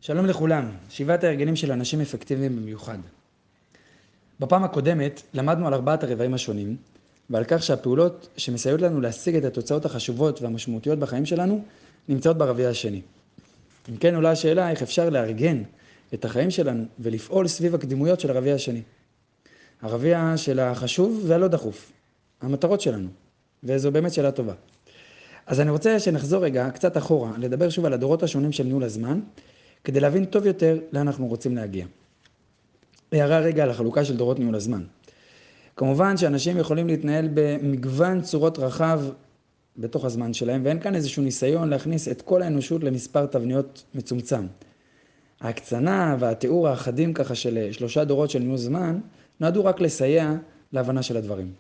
שלום לכולם, 7 ההרגלים של אנשים אפקטיביים במיוחד. בפעם הקודמת למדנו על 4 הרבעים השונים, ועל כך שהפעולות שמסייעות לנו להשיג את התוצאות החשובות והמשמעותיות בחיים שלנו, נמצאות ברביע השני. אם כן עולה השאלה איך אפשר לארגן את החיים שלנו ולפעול סביב הקדימויות של הרביע השני. הרביע של החשוב והלא דחוף, המטרות שלנו, וזו באמת שאלה טובה. אז אני רוצה שנחזור רגע קצת אחורה, לדבר שוב על הדורות השונים של ניהול הזמן, כדי להבין טוב יותר לאן אנחנו רוצים להגיע. הערה רגע על החלוקה של דורות ניהול הזמן. כמובן שאנשים יכולים להתנהל במגוון צורות רחב בתוך הזמן שלהם, ואין כאן איזשהו ניסיון להכניס את כל האנושות למספר תבניות מצומצם. ההקצנה והתיאור האחדים ככה של 3 דורות של ניהול זמן, נועדו רק לסייע להבנה של הדברים.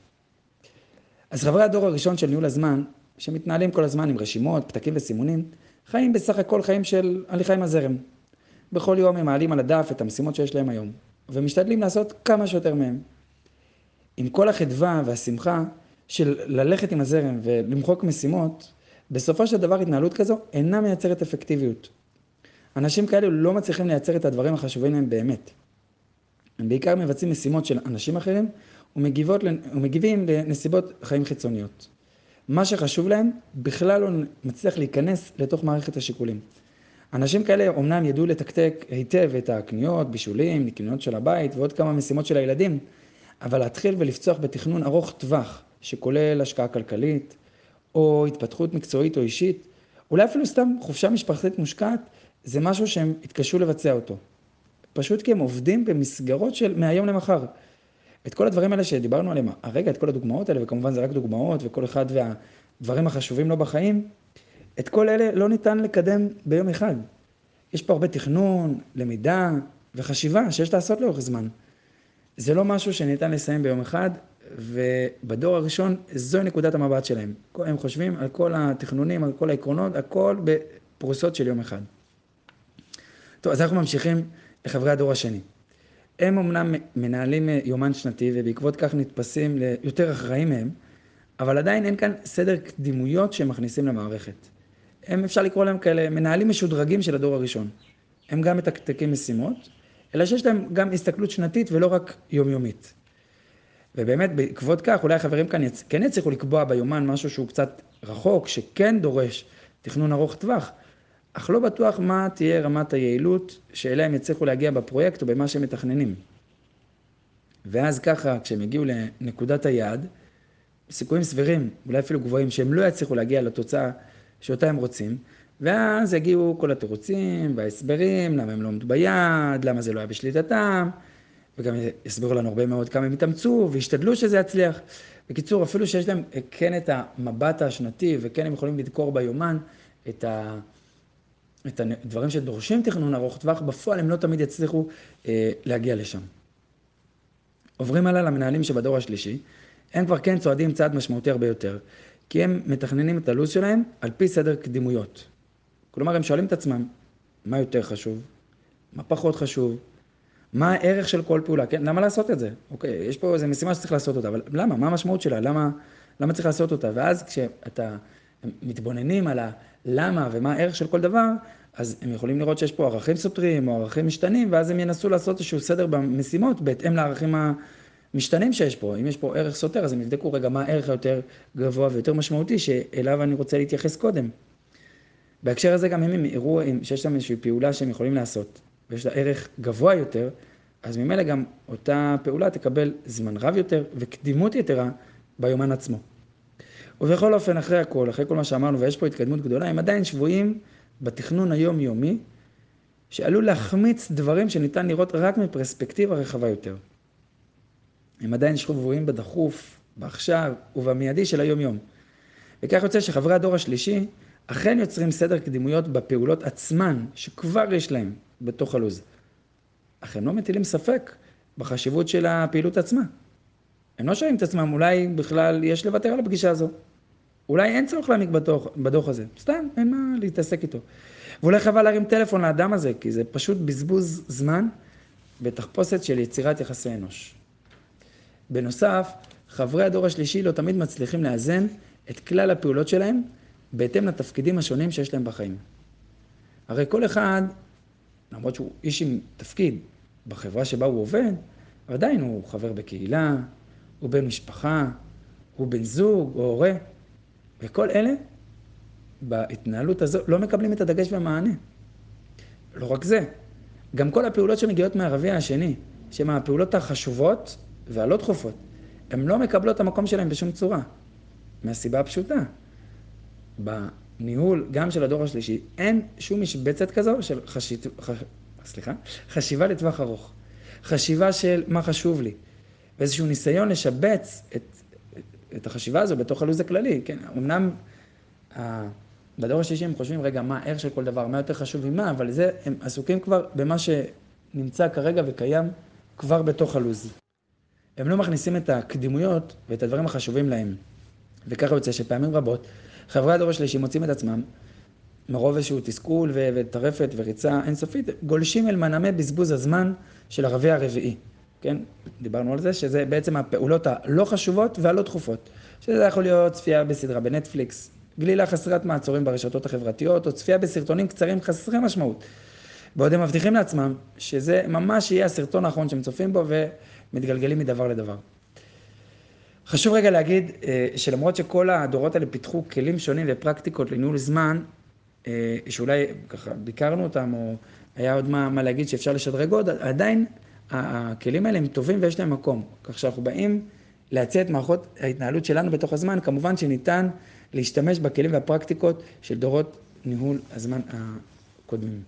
אז חברי הדור הראשון של ניהול הזמן, שמתנהלים כל הזמן עם רשימות, פתקים וסימונים, חיים בסך הכל חיים של הליכה עם הזרם. בכל יום הם מעלים על הדף את המשימות שיש להם היום, ומשתדלים לעשות כמה שיותר מהם. עם כל החדווה והשמחה של ללכת עם הזרם ולמחוק משימות, בסופו של דבר התנהלות כזו אינה מייצרת אפקטיביות. אנשים כאלו לא מצליחים לייצר את הדברים החשובים להם באמת. הם בעיקר מבצעים משימות של אנשים אחרים, ומגיבים לנסיבות חיים חיצוניות. מה שחשוב להם בכלל לא מצליח להיכנס לתוך מערכת השיקולים. אנשים כאלה אומנם ידעו לתקתק היטב את הקניות, בישולים, נקניות של הבית ועוד כמה משימות של הילדים, אבל להתחיל ולפצוח בתכנון ארוך טווח שכולל השקעה כלכלית או התפתחות מקצועית או אישית, אולי אפילו סתם חופשה משפחתית מושקעת, זה משהו שהם התקשו לבצע אותו. פשוט כי הם עובדים במסגרות של מהיום למחר. את כל הדברים האלה שדיברנו עליהם, הרגע את כל הדוגמאות האלה, וכמובן זה רק דוגמאות וכל אחד והדברים החשובים לו בחיים, את כל אלה לא ניתן לקדם ביום אחד. יש פה הרבה תכנון, למידה וחשיבה שיש לעשות לאורך זמן. זה לא משהו שניתן לסיים ביום אחד, ובדור הראשון זוהי נקודת המבט שלהם. הם חושבים על כל התכנונים, על כל העקרונות, הכל בפרוסות של יום אחד. טוב, אז אנחנו ממשיכים לחברי הדור השני. הם אמנם מנהלים יומן שנתי, ובעקבות כך נתפסים ליותר אחראים מהם, אבל עדיין אין כאן סדר קדימויות שהם מכניסים למערכת. הם אפשר לקרוא להם כאלה מנהלים משודרגים של הדור הראשון. הם גם מתקתקים משימות, אלא שיש להם גם הסתכלות שנתית ולא רק יומיומית. ובאמת בעקבות כך אולי החברים כאן כן יצליחו לקבוע ביומן משהו שהוא קצת רחוק, שכן דורש תכנון ארוך טווח, אך לא בטוח מה תהיה רמת היעילות שאליה הם יצליחו להגיע בפרויקט או במה שהם מתכננים. ואז ככה כשהם יגיעו לנקודת היעד, סיכויים סבירים, אולי אפילו גבוהים, שהם לא יצליחו להגיע לתוצאה שאותה הם רוצים, ואז יגיעו כל התירוצים וההסברים, למה הם לא עמדו ביעד, למה זה לא היה בשליטתם, וגם יסבירו לנו הרבה מאוד כמה הם התאמצו, והשתדלו שזה יצליח. בקיצור, אפילו שיש להם כן את המבט השנתי, וכן הם יכולים לדקור ביומן את הדברים שדורשים תכנון ארוך טווח, בפועל הם לא תמיד יצליחו להגיע לשם. עוברים הלאה למנהלים שבדור השלישי, הם כבר כן צועדים צעד משמעותי הרבה יותר, כי הם מתכננים את הלו"ז שלהם על פי סדר קדימויות. כלומר, הם שואלים את עצמם, מה יותר חשוב? מה פחות חשוב? מה הערך של כל פעולה? כן, למה לעשות את זה? אוקיי, יש פה איזו משימה שצריך לעשות אותה, אבל למה? מה המשמעות שלה? למה צריך לעשות אותה? ואז כשאתה מתבוננים על הלמה ומה הערך של כל דבר, אז הם יכולים לראות שיש פה ערכים סותרים או ערכים משתנים, ואז הם ינסו לעשות איזשהו סדר במשימות בהתאם לערכים משתנים שיש פה. אם יש פה ערך סותר, אז הם יבדקו רגע מה הערך היותר גבוה ויותר משמעותי, שאליו אני רוצה להתייחס קודם. בהקשר הזה גם הם יראו שיש שם איזושהי פעולה שהם יכולים לעשות, ויש לה ערך גבוה יותר, אז ממילא גם אותה פעולה תקבל זמן רב יותר וקדימות יתרה ביומן עצמו. ובכל אופן, אחרי כל מה שאמרנו, ויש פה התקדמות גדולה, הם עדיין שבויים בתכנון היומיומי, שעלול להחמיץ דברים שניתן לראות רק מפרספקטיבה רחבה יותר. הם עדיין שבויים בדחוף, בעכשיו ובמיידי של היום-יום. וכך יוצא שחברי הדור השלישי אכן יוצרים סדר קדימויות בפעולות עצמן שכבר יש להם בתוך הלוז. אך הם לא מטילים ספק בחשיבות של הפעילות עצמה. הם לא שואלים את עצמם, אולי בכלל יש לוותר על הפגישה הזו. אולי אין צורך להעמיק בדוח הזה. סתם, אין מה להתעסק איתו. ואולי חבל להרים טלפון לאדם הזה, כי זה פשוט בזבוז זמן בתחפושת של יצירת יחסי אנוש. בנוסף, חברי הדור השלישי לא תמיד מצליחים לאזן את כלל הפעולות שלהם בהתאם לתפקידים השונים שיש להם בחיים. הרי כל אחד למרות שהוא איש עם תפקיד בחברה שבה הוא עובד, עדיין הוא חבר בקהילה, הוא בן משפחה, הוא בן זוג או הורה, וכל אלה בהתנהלות הזו לא מקבלים את הדגש והמענה. לא רק זה, גם כל הפעולות שמגיעות מהרביע השני, שהן הפעולות החשובות והלא דחופות, הן לא מקבלות את המקום שלהן בשום צורה. מהסיבה הפשוטה. בניהול גם של הדור השלישי, אין שום משבצת כזו של חשיבה לטווח ארוך. חשיבה של מה חשוב לי. ואיזשהו ניסיון לשבץ את החשיבה הזו בתוך הלו"ז הכללי. כן, אמנם בדור השלישי הם חושבים, רגע, מה הערך של כל דבר, מה יותר חשוב ממה, אבל זה הם עסוקים כבר במה שנמצא כרגע וקיים כבר בתוך הלו"ז. הם לא מכניסים את הקדימויות ואת הדברים החשובים להם. וככה יוצא שפעמים רבות, חברי הדור השלישי מוצאים את עצמם, מרוב איזשהו תסכול וטרפת וריצה אינסופית, גולשים אל מנעמי בזבוז הזמן של הרביע הרביעי. כן? דיברנו על זה, שזה בעצם הפעולות הלא חשובות והלא דחופות. שזה יכול להיות צפייה בסדרה בנטפליקס, גלילה חסרת מעצורים ברשתות החברתיות, או צפייה בסרטונים קצרים חסרי משמעות. בעוד הם מבטיחים לעצמם שזה ממש יהיה הסרטון האחרון שהם צופים בו ומתגלגלים מדבר לדבר. חשוב רגע להגיד שלמרות שכל הדורות האלה פיתחו כלים שונים ופרקטיקות לניהול זמן, שאולי ככה ביקרנו אותם או היה עוד מה להגיד שאפשר לשדרג עוד, עדיין הכלים האלה הם טובים ויש להם מקום. כך שאנחנו באים להציע את מערכות ההתנהלות שלנו בתוך הזמן, כמובן שניתן להשתמש בכלים והפרקטיקות של דורות ניהול הזמן הקודמים.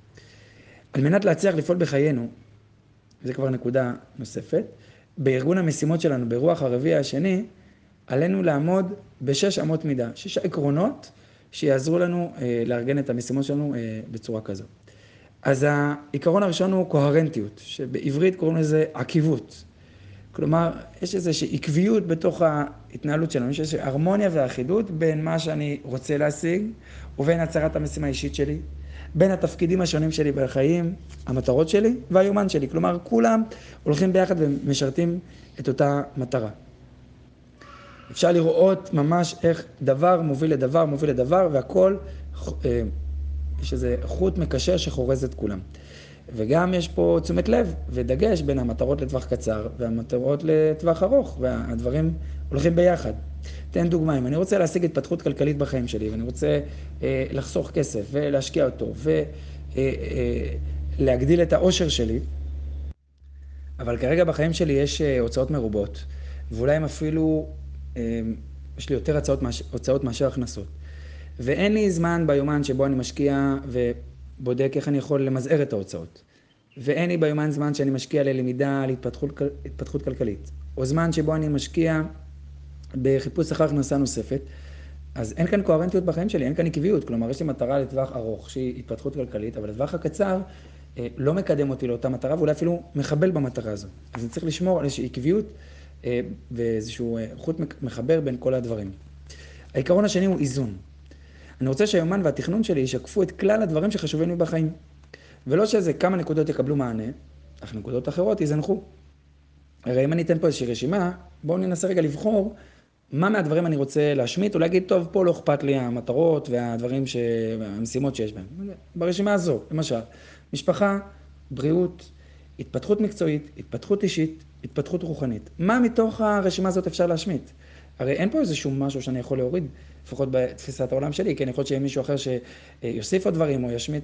על מנת להצליח לפעול בחיינו, וזה כבר נקודה נוספת, בארגון המשימות שלנו, ברוח הרביע השני, עלינו לעמוד ב6 אמות מידה, 6 עקרונות שיעזרו לנו לארגן את המשימות שלנו בצורה כזו. אז העיקרון הראשון הוא קוהרנטיות, שבעברית קוראים לזה עקיבות. כלומר, יש איזושהי עקביות בתוך ההתנהלות שלנו, יש איזושהי הרמוניה ואחידות בין מה שאני רוצה להשיג, ובין הצהרת המשימה האישית שלי, בין התפקידים השונים שלי בחיים, המטרות שלי והיומן שלי. כלומר, כולם הולכים ביחד ומשרתים את אותה מטרה. אפשר לראות ממש איך דבר מוביל לדבר, מוביל לדבר, והכל, יש איזה חוט מקשר שחורז את כולם. וגם יש פה תשומת לב ודגש בין המטרות לטווח קצר והמטרות לטווח ארוך, והדברים הולכים ביחד. תן דוגמה, אם אני רוצה להשיג התפתחות כלכלית בחיים שלי, ואני רוצה לחסוך כסף ולהשקיע אותו, ולהגדיל את העושר שלי, אבל כרגע בחיים שלי יש הוצאות מרובות, ואולי הם אפילו, יש לי יותר הוצאות מאשר הכנסות. ואין לי זמן ביומן שבו אני משקיע ובודק איך אני יכול למזער את ההוצאות. ואין לי ביומן זמן שאני משקיע ללמידה, להתפתחות כלכלית. או זמן שבו אני משקיע בחיפוש אחר הכנסה נוספת. אז אין כאן קוהרנטיות בחיים שלי, אין כאן עקביות. כלומר, יש לי מטרה לטווח ארוך שהיא התפתחות כלכלית, אבל לטווח הקצר לא מקדם אותי לאותה מטרה, ואולי אפילו מחבל במטרה הזו. אז אני צריך לשמור על איזושהי עקביות ואיזשהו חוט מחבר בין כל הדברים. העיקרון השני הוא איזון. אני רוצה שהיומן והתכנון שלי ישקפו את כלל הדברים שחשובים לי בחיים. ולא שזה כמה נקודות יקבלו מענה, אך נקודות אחרות יזנחו. הרי אם אני אתן פה איזושהי רשימה, בואו ננסה רגע לבחור מה מהדברים אני רוצה להשמיט, או להגיד, טוב, פה לא אכפת לי המטרות והדברים והמשימות שיש בהם. ברשימה הזו, למשל, משפחה, בריאות, התפתחות מקצועית, התפתחות אישית, התפתחות רוחנית. מה מתוך הרשימה הזאת אפשר להשמיט? הרי אין פה איזשהו משהו שאני יכול להוריד, לפחות בתפיסת העולם שלי, כי אני יכול שיהיה מישהו אחר שיוסיף עוד דברים, או ישמיט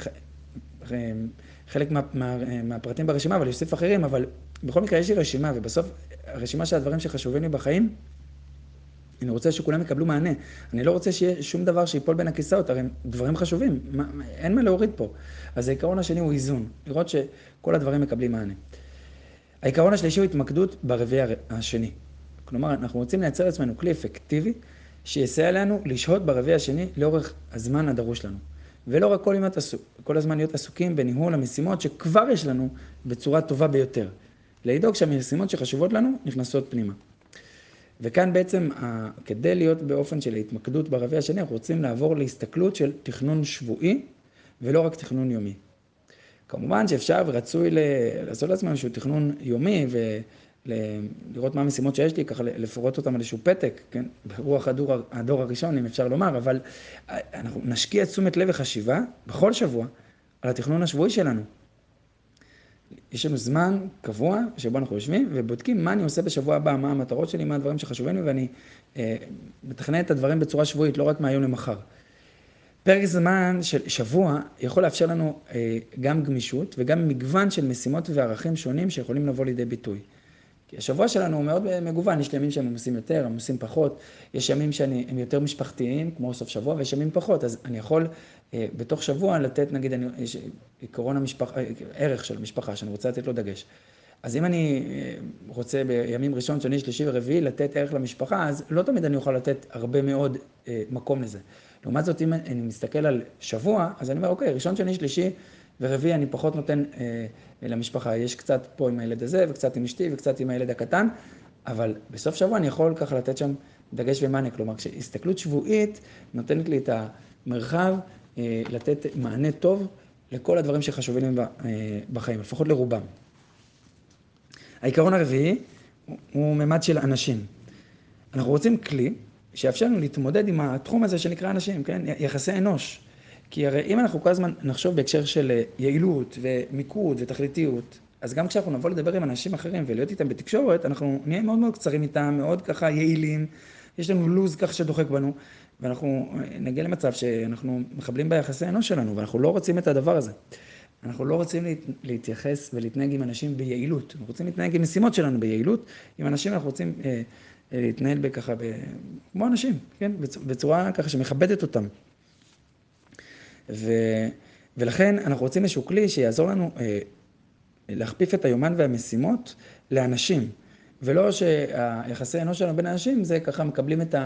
חלק מהפרטים ברשימה, אבל יוסיף אחרים, אבל בכל מקרה יש לי רשימה, ובסוף הרשימה של הדברים שחשובים לי בחיים, אני רוצה שכולם יקבלו מענה. אני לא רוצה שיהיה שום דבר שיפול בין הכיסאות, הרי דברים חשובים, אין מה להוריד פה. אז העיקרון השני הוא איזון, לראות שכל הדברים מקבלים מענה. העיקרון השלישי הוא התמקדות ברביע השני. כלומר, אנחנו רוצים לייצר לעצמנו כלי אפקטיבי, שיסייע לנו לשהות ברביע השני לאורך הזמן הדרוש לנו. ולא רק כל הזמן להיות עסוקים בניהול המשימות שכבר יש לנו בצורה טובה ביותר. לדאוג שהמשימות שחשובות לנו נכנסות פנימה. וכאן בעצם, כדי להיות באופן של התמקדות ברביע השני, אנחנו רוצים לעבור להסתכלות של תכנון שבועי, ולא רק תכנון יומי. כמובן שאפשר ורצוי לעשות לעצמנו איזשהו תכנון יומי, ולראות מה המשימות שיש לי, ככה לפרוט אותם על איזשהו פתק, כן? ברוח הדור הראשון, אם אפשר לומר, אבל אנחנו נשקיע תשומת לב וחשיבה בכל שבוע, על התכנון השבועי שלנו. יש לנו זמן קבוע שבו אנחנו יושבים ובודקים מה אני עושה בשבוע הבא, מה המטרות שלי, מה הדברים שחשובים לי, ואני מתכנן את הדברים בצורה שבועית, לא רק מהיום למחר. פרק זמן של שבוע יכול לאפשר לנו גם גמישות וגם מגוון של משימות וערכים שונים שיכולים לבוא לידי ביטוי. כי השבוע שלנו הוא מאוד מגוון, יש ימים שהם עמוסים יותר, עמוסים פחות, יש ימים שהם יותר משפחתיים, כמו סוף שבוע, ויש ימים פחות, אז אני יכול בתוך שבוע לתת, נגיד, יש עקרון המשפחה, ערך של המשפחה, שאני רוצה לתת לו דגש. אז אם אני רוצה בימים ראשון, שני, שלישי ורביעי לתת ערך למשפחה, אז לא תמיד אני אוכל לתת הרבה מאוד מקום לזה. לעומת זאת, אם אני מסתכל על שבוע, אז אני אומר, אוקיי, ראשון, שני, שלישי ורביעי אני פחות נותן למשפחה. יש קצת פה עם הילד הזה, וקצת עם אשתי, וקצת עם הילד הקטן, אבל בסוף שבוע אני יכול ככה לתת שם דגש ומענה. כלומר, כשהסתכלות שבועית נותנת לי את המרחב לתת מענה טוב לכל הדברים שחשובים לי בחיים, לפחות לרובם. העיקרון הרביעי הוא ממד של אנשים. אנחנו רוצים כלי שיאפשר לנו להתמודד עם התחום הזה שנקרא אנשים, כן? יחסי אנוש. כי הרי אם אנחנו כל הזמן נחשוב בהקשר של יעילות ומיקוד ותכליתיות, אז גם כשאנחנו נבוא לדבר עם אנשים אחרים ולהיות איתם בתקשורת, אנחנו נהיה מאוד מאוד קצרים איתם, מאוד ככה יעילים, יש לנו לוז ככה שדוחק בנו, ואנחנו נגיע למצב שאנחנו מחבלים ביחסי אנוש שלנו, ואנחנו לא רוצים את הדבר הזה. אנחנו לא רוצים להתייחס ולהתנהג עם אנשים ביעילות, אנחנו רוצים להתנהג עם משימות שלנו ביעילות, עם אנשים אנחנו רוצים להתנהל בככה, כמו אנשים, כן? בצורה ככה שמכבדת אותם. ולכן אנחנו רוצים איזשהו כלי שיעזור לנו להכפיף את היומן והמשימות לאנשים, ולא שהיחסי אנוש שלנו בין האנשים זה ככה מקבלים את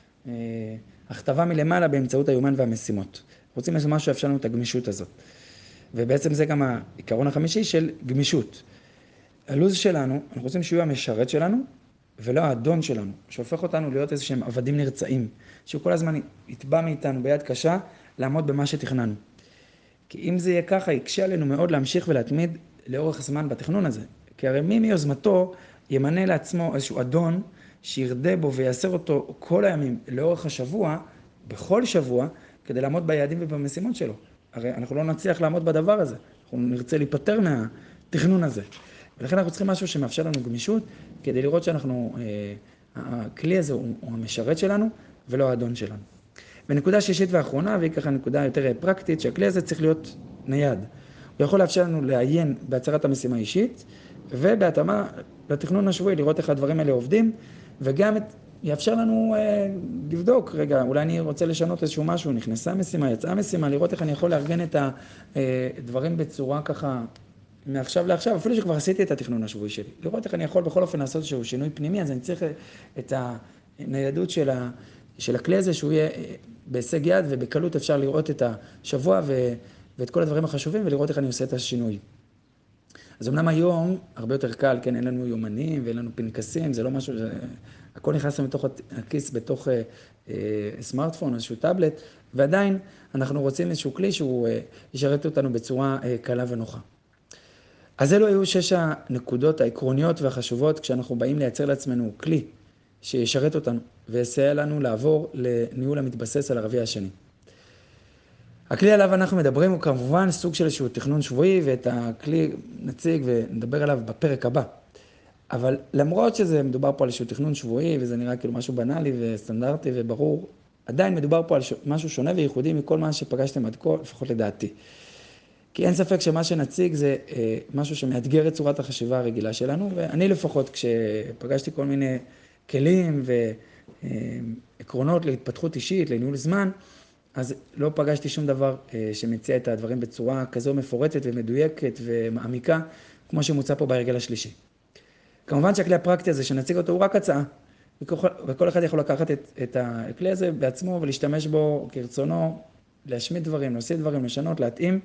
ההכתבה מלמעלה באמצעות היומן והמשימות. רוצים משהו שיאפשר לנו את הגמישות הזאת. ובעצם זה גם העיקרון החמישי של גמישות. הלוז שלנו, אנחנו רוצים שהוא המשרת שלנו, ולא האדון שלנו, שהופך אותנו להיות איזשהם עבדים נרצעים, שהוא כל הזמן יתבע מאיתנו ביד קשה לעמוד במה שתכננו. כי אם זה יהיה ככה, יקשה עלינו מאוד להמשיך ולהתמיד לאורך הזמן בתכנון הזה. כי הרי מי מיוזמתו ימנה לעצמו איזשהו אדון שירדה בו ויעשר אותו כל הימים לאורך השבוע, בכל שבוע, כדי לעמוד ביעדים ובמשימות שלו. הרי אנחנו לא נצליח לעמוד בדבר הזה, אנחנו נרצה להיפטר מהתכנון הזה. ולכן אנחנו צריכים משהו שמאפשר לנו גמישות, כדי לראות שאנחנו, הכלי הזה הוא המשרת שלנו ולא האדון שלנו. ונקודה שישית ואחרונה, והיא ככה נקודה יותר פרקטית, שהכלי הזה צריך להיות נייד. הוא יכול לאפשר לנו לעיין בהצהרת המשימה האישית, ובהתאמה לתכנון השבועי, לראות איך הדברים האלה עובדים, וגם יאפשר לנו לבדוק, רגע, אולי אני רוצה לשנות איזשהו משהו, נכנסה משימה, יצאה משימה, לראות איך אני יכול לארגן את הדברים בצורה ככה, מעכשיו לעכשיו, אפילו שכבר עשיתי את התכנון השבועי שלי. לראות איך אני יכול בכל אופן לעשות איזשהו שינוי פנימי, אז אני צריך את הניידות של הכלי הזה, שהוא יהיה בהישג יד, ובקלות אפשר לראות את השבוע ואת כל הדברים החשובים, ולראות איך אני עושה את השינוי. אז אמנם היום הרבה יותר קל, כן, אין לנו יומנים ואין לנו פנקסים, זה לא משהו, הכל נכנס מתוך הכיס בתוך סמארטפון, איזשהו טאבלט, ועדיין אנחנו רוצים איזשהו כלי שהוא ישרת אותנו בצורה קלה ונוחה. אז אלו היו 6 הנקודות העקרוניות והחשובות כשאנחנו באים לייצר לעצמנו כלי שישרת אותנו ויסייע לנו לעבור לניהול המתבסס על הרביע השני. הכלי עליו אנחנו מדברים הוא כמובן סוג של איזשהו תכנון שבועי, ואת הכלי נציג ונדבר עליו בפרק הבא. אבל למרות שזה מדובר פה על איזשהו תכנון שבועי, וזה נראה כאילו משהו בנאלי וסטנדרטי וברור, עדיין מדובר פה על משהו שונה וייחודי מכל מה שפגשתם עד כה, לפחות לדעתי. כי אין ספק שמה שנציג זה משהו שמאתגר את צורת החשיבה הרגילה שלנו, ואני לפחות כשפגשתי כל מיני כלים ועקרונות להתפתחות אישית, לניהול זמן, אז לא פגשתי שום דבר שמציע את הדברים בצורה כזו מפורטת ומדויקת ומעמיקה, כמו שמוצע פה בהרגל השלישי. כמובן שהכלי הפרקטי הזה שנציג אותו הוא רק הצעה, וכל אחד יכול לקחת את הכלי הזה בעצמו ולהשתמש בו כרצונו, להשמיד דברים, להוסיף דברים, לשנות, להתאים,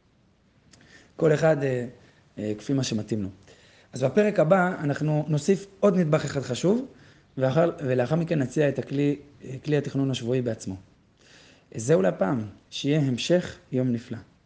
כל אחד כפי מה שמתאים לו. אז בפרק הבא אנחנו נוסיף עוד נדבך אחד חשוב, ולאחר מכן נציע את כלי התכנון השבועי בעצמו. זהו להפעם, שיהיה המשך יום נפלא.